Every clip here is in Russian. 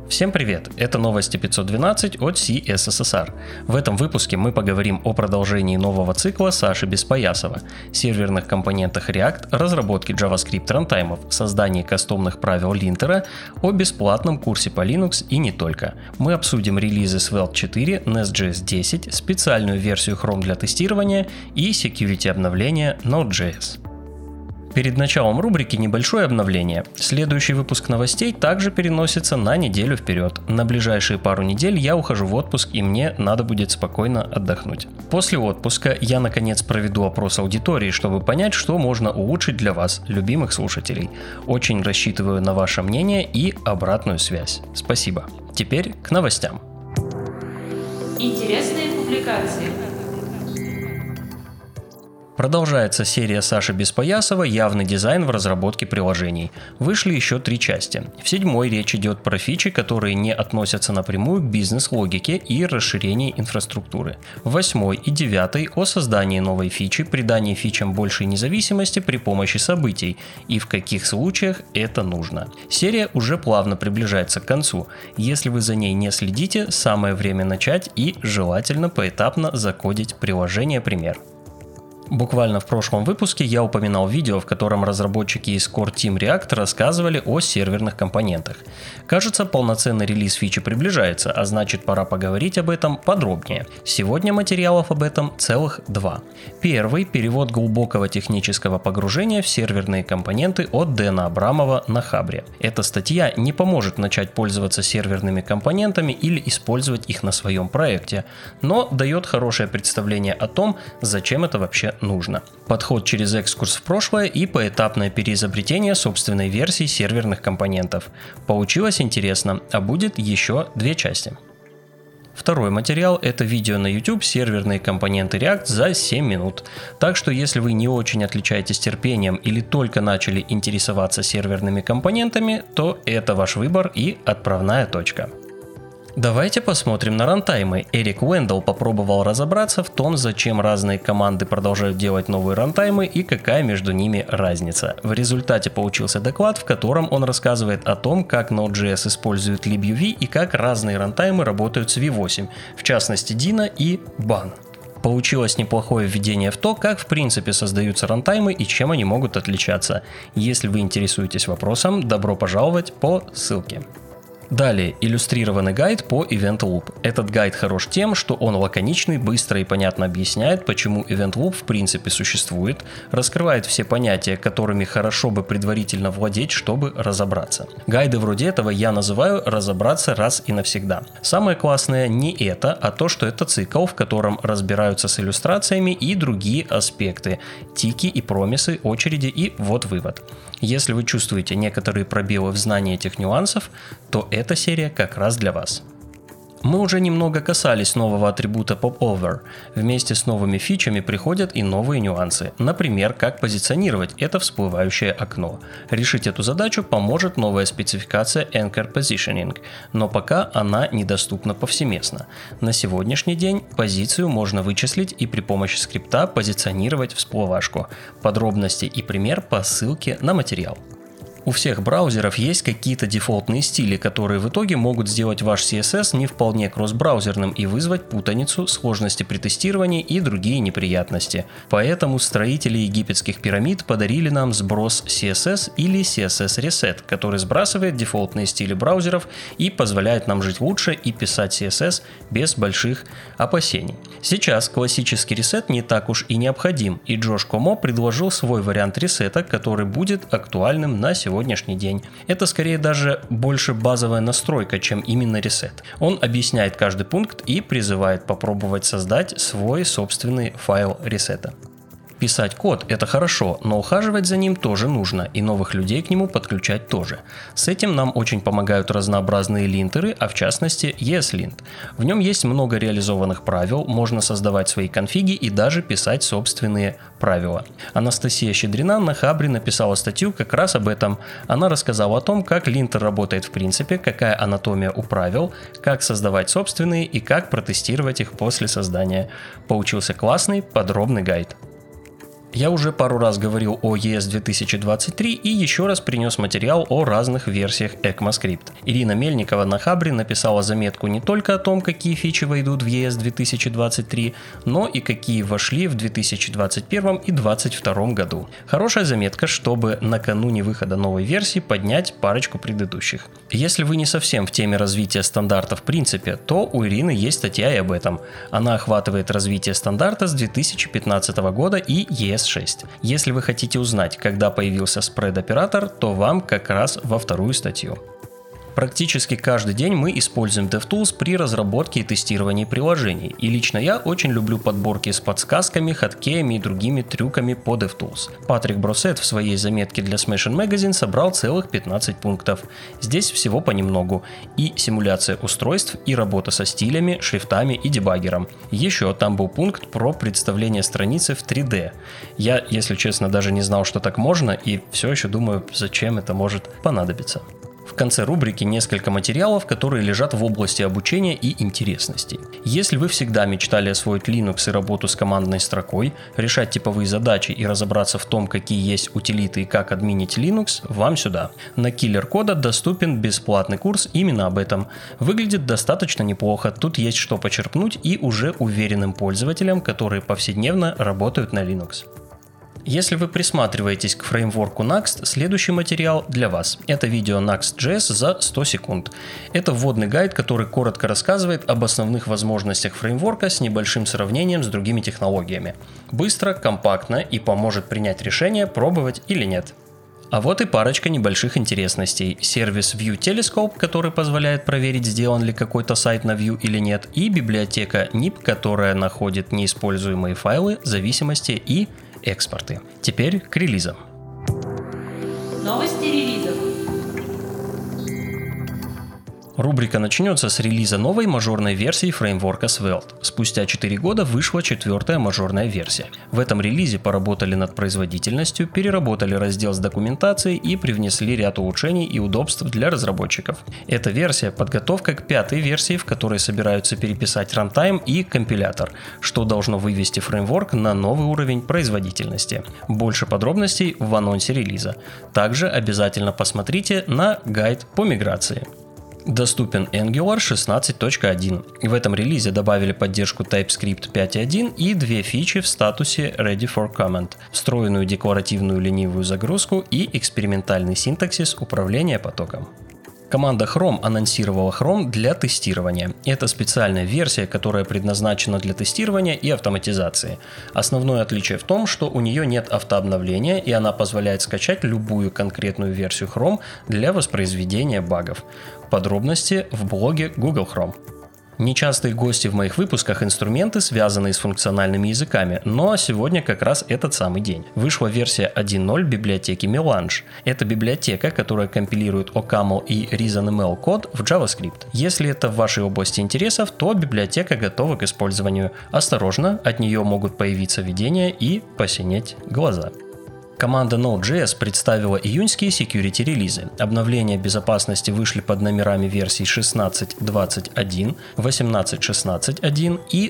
Всем привет! Это новости 512 от CSSR. В этом выпуске мы поговорим о продолжении нового цикла Саши Беспоясова, серверных компонентах React, разработке JavaScript рантаймов, создании кастомных правил линтера, о бесплатном курсе по Linux и не только. Мы обсудим релизы Svelte 4, Nest.js 10, специальную версию Chrome для тестирования и security обновления Node.js. Перед началом рубрики небольшое обновление. Следующий выпуск новостей также переносится на неделю вперед. На ближайшие пару недель я ухожу в отпуск, и мне надо будет спокойно отдохнуть. После отпуска я наконец проведу опрос аудитории, чтобы понять, что можно улучшить для вас, любимых слушателей. Очень рассчитываю на ваше мнение и обратную связь. Спасибо. Теперь к новостям. Интересные публикации. Продолжается серия Саши Беспоясова «Явный дизайн в разработке приложений». Вышли еще 3 части. В 7-й речь идет про фичи, которые не относятся напрямую к бизнес-логике и расширении инфраструктуры. В 8-й и 9-й о создании новой фичи, придании фичам большей независимости при помощи событий и в каких случаях это нужно. Серия уже плавно приближается к концу. Если вы за ней не следите, самое время начать и желательно поэтапно закодить приложение пример. Буквально в прошлом выпуске я упоминал видео, в котором разработчики из Core Team React рассказывали о серверных компонентах. Кажется, полноценный релиз фичи приближается, а значит пора поговорить об этом подробнее. Сегодня материалов об этом целых 2. Первый – перевод глубокого технического погружения в серверные компоненты от Дэна Абрамова на Хабре. Эта статья не поможет начать пользоваться серверными компонентами или использовать их на своем проекте, но дает хорошее представление о том, зачем это вообще нужно. Подход через экскурс в прошлое и поэтапное переизобретение собственной версии серверных компонентов. Получилось интересно, а будет еще 2 части. Второй материал – это видео на YouTube «Серверные компоненты React за 7 минут». Так что если вы не очень отличаетесь терпением или только начали интересоваться серверными компонентами, то это ваш выбор и отправная точка. Давайте посмотрим на рантаймы. Эрик Уэндалл попробовал разобраться в том, зачем разные команды продолжают делать новые рантаймы и какая между ними разница. В результате получился доклад, в котором он рассказывает о том, как Node.js использует libuv и как разные рантаймы работают с V8, в частности Dino и Ban. Получилось неплохое введение в то, как в принципе создаются рантаймы и чем они могут отличаться. Если вы интересуетесь вопросом, добро пожаловать по ссылке. Далее, иллюстрированный гайд по Event Loop. Этот гайд хорош тем, что он лаконичный, быстро и понятно объясняет, почему Event Loop в принципе существует, раскрывает все понятия, которыми хорошо бы предварительно владеть, чтобы разобраться. Гайды вроде этого я называю «разобраться раз и навсегда». Самое классное не это, а то, что это цикл, в котором разбираются с иллюстрациями и другие аспекты, тики и промисы, очереди и вот вывод. Если вы чувствуете некоторые пробелы в знании этих нюансов, то эта серия как раз для вас. Мы уже немного касались нового атрибута Popover. Вместе с новыми фичами приходят и новые нюансы. Например, как позиционировать это всплывающее окно. Решить эту задачу поможет новая спецификация Anchor Positioning, но пока она недоступна повсеместно. На сегодняшний день позицию можно вычислить и при помощи скрипта позиционировать всплывашку. Подробности и пример по ссылке на материал. У всех браузеров есть какие-то дефолтные стили, которые в итоге могут сделать ваш CSS не вполне кросс-браузерным и вызвать путаницу, сложности при тестировании и другие неприятности. Поэтому строители египетских пирамид подарили нам сброс CSS или CSS Reset, который сбрасывает дефолтные стили браузеров и позволяет нам жить лучше и писать CSS без больших опасений. Сейчас классический ресет не так уж и необходим, и Джош Комо предложил свой вариант ресета, который будет актуальным на сегодняшний день. Это скорее даже больше базовая настройка, чем именно ресет. Он объясняет каждый пункт и призывает попробовать создать свой собственный файл ресета. Писать код – это хорошо, но ухаживать за ним тоже нужно, и новых людей к нему подключать тоже. С этим нам очень помогают разнообразные линтеры, а в частности ESLint. В нем есть много реализованных правил, можно создавать свои конфиги и даже писать собственные правила. Анастасия Щедрина на Хабре написала статью как раз об этом. Она рассказала о том, как линтер работает в принципе, какая анатомия у правил, как создавать собственные и как протестировать их после создания. Получился классный, подробный гайд. Я уже пару раз говорил о ES 2023 и еще раз принес материал о разных версиях ECMAScript. Ирина Мельникова на Хабре написала заметку не только о том, какие фичи войдут в ES 2023, но и какие вошли в 2021 и 2022 году. Хорошая заметка, чтобы накануне выхода новой версии поднять парочку предыдущих. Если вы не совсем в теме развития стандарта в принципе, то у Ирины есть статья и об этом. Она охватывает развитие стандарта с 2015 года и ES 6. Если вы хотите узнать, когда появился спред-оператор, то вам как раз во вторую статью. Практически каждый день мы используем DevTools при разработке и тестировании приложений, и лично я очень люблю подборки с подсказками, хаткеями и другими трюками по DevTools. Патрик Бросет в своей заметке для Smashing Magazine собрал целых 15 пунктов. Здесь всего понемногу: и симуляция устройств, и работа со стилями, шрифтами и дебаггером. Еще там был пункт про представление страницы в 3D. Я, если честно, даже не знал, что так можно, и все еще думаю, зачем это может понадобиться. В конце рубрики несколько материалов, которые лежат в области обучения и интересностей. Если вы всегда мечтали освоить Linux и работу с командной строкой, решать типовые задачи и разобраться в том, какие есть утилиты и как админить Linux, вам сюда. На Killer Code доступен бесплатный курс именно об этом. Выглядит достаточно неплохо, тут есть что почерпнуть и уже уверенным пользователям, которые повседневно работают на Linux. Если вы присматриваетесь к фреймворку Nuxt, следующий материал для вас. Это видео Nuxt.js за 100 секунд. Это вводный гайд, который коротко рассказывает об основных возможностях фреймворка с небольшим сравнением с другими технологиями. Быстро, компактно и поможет принять решение, пробовать или нет. А вот и парочка небольших интересностей. Сервис View Telescope, который позволяет проверить, сделан ли какой-то сайт на Vue или нет, и библиотека NIP, которая находит неиспользуемые файлы, зависимости и экспорты. Теперь к релизам. Новости релизов. Рубрика начнется с релиза новой мажорной версии фреймворка Svelte. Спустя 4 года вышла 4-я мажорная версия. В этом релизе поработали над производительностью, переработали раздел с документацией и привнесли ряд улучшений и удобств для разработчиков. Эта версия – подготовка к 5-й версии, в которой собираются переписать рантайм и компилятор, что должно вывести фреймворк на новый уровень производительности. Больше подробностей в анонсе релиза. Также обязательно посмотрите на гайд по миграции. Доступен Angular 16.1. В этом релизе добавили поддержку TypeScript 5.1 и 2 фичи в статусе Ready for Comment, встроенную декларативную ленивую загрузку и экспериментальный синтаксис управления потоком. Команда Chrome анонсировала Chrome для тестирования. Это специальная версия, которая предназначена для тестирования и автоматизации. Основное отличие в том, что у нее нет автообновления, и она позволяет скачать любую конкретную версию Chrome для воспроизведения багов. Подробности в блоге Google Chrome. Нечастые гости в моих выпусках — инструменты, связанные с функциональными языками, но сегодня как раз этот самый день. Вышла версия 1.0 библиотеки Melange. Это библиотека, которая компилирует OCaml и ReasonML код в JavaScript. Если это в вашей области интересов, то библиотека готова к использованию. Осторожно, от нее могут появиться видения и посинеть глаза. Команда Node.js представила июньские security-релизы. Обновления безопасности вышли под номерами версий 16.20.1, 18.16.1 и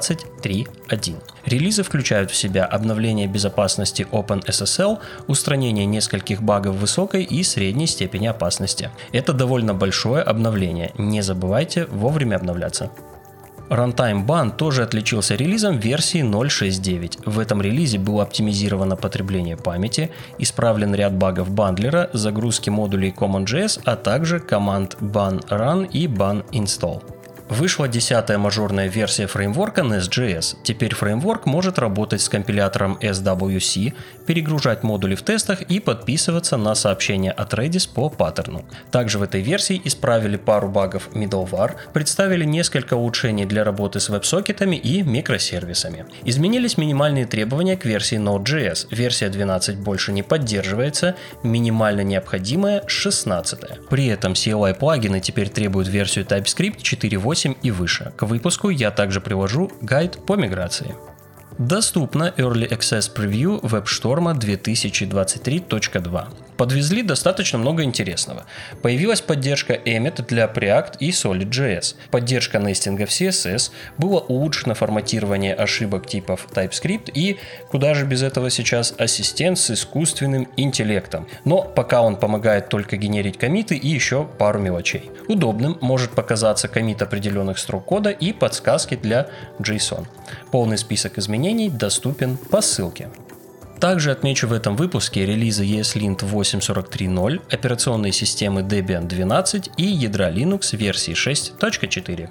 23.1. Релизы включают в себя обновление безопасности OpenSSL, устранение нескольких багов высокой и средней степени опасности. Это довольно большое обновление, не забывайте вовремя обновляться. Runtime Ban тоже отличился релизом версии 0.6.9. В этом релизе было оптимизировано потребление памяти, исправлен ряд багов бандлера, загрузки модулей CommonJS, а также команд ban run и ban install. Вышла 10-я мажорная версия фреймворка Nest.js. Теперь фреймворк может работать с компилятором SWC, перегружать модули в тестах и подписываться на сообщения от Redis по паттерну. Также в этой версии исправили пару багов middleware, представили несколько улучшений для работы с веб-сокетами и микросервисами. Изменились минимальные требования к версии Node.js. Версия 12 больше не поддерживается, минимально необходимая 16-я. При этом CLI плагины теперь требуют версию TypeScript 4.8 и выше. К выпуску я также привожу гайд по миграции. Доступна Early Access Preview WebStorm 2023.2. Подвезли достаточно много интересного. Появилась поддержка Emmet для Preact и Solid.js, поддержка нестинга в CSS, было улучшено форматирование ошибок типов TypeScript и, куда же без этого сейчас, ассистент с искусственным интеллектом. Но пока он помогает только генерить коммиты и еще пару мелочей. Удобным может показаться коммит определенных строк кода и подсказки для JSON. Полный список изменений доступен по ссылке. Также отмечу в этом выпуске релизы ESLint 8.43.0, операционной системы Debian 12 и ядра Linux версии 6.4.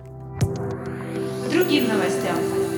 Другим новостям.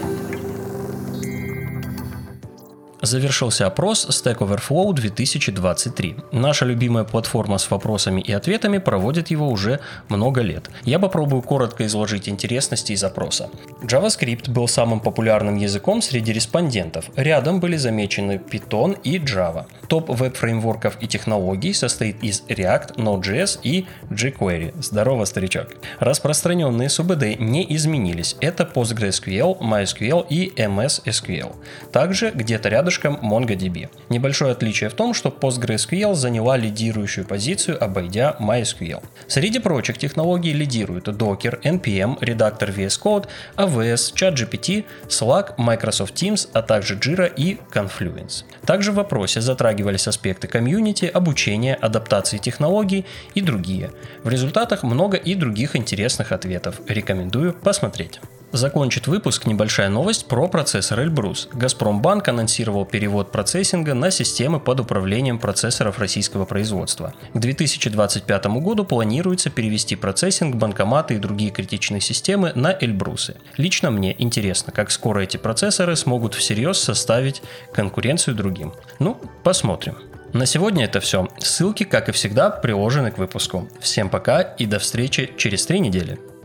Завершился опрос Stack Overflow 2023. Наша любимая платформа с вопросами и ответами проводит его уже много лет. Я попробую коротко изложить интересности из опроса. JavaScript был самым популярным языком среди респондентов. Рядом были замечены Python и Java. Топ веб-фреймворков и технологий состоит из React, Node.js и jQuery. Здорово, старичок. Распространенные СУБД не изменились. Это PostgreSQL, MySQL и MS SQL. Также где-то рядышком MongoDB. Небольшое отличие в том, что PostgreSQL заняла лидирующую позицию, обойдя MySQL. Среди прочих технологий лидируют Docker, NPM, редактор VS Code, AWS, ChatGPT, Slack, Microsoft Teams, а также Jira и Confluence. Также в вопросе затрагивались аспекты комьюнити, обучения, адаптации технологий и другие. В результатах много и других интересных ответов. Рекомендую посмотреть. Закончит выпуск небольшая новость про процессор Эльбрус. Газпромбанк анонсировал перевод процессинга на системы под управлением процессоров российского производства. К 2025 году планируется перевести процессинг, банкоматы и другие критичные системы на Эльбрусы. Лично мне интересно, как скоро эти процессоры смогут всерьез составить конкуренцию другим. Ну, посмотрим. На сегодня это все. Ссылки, как и всегда, приложены к выпуску. Всем пока и до встречи через 3 недели.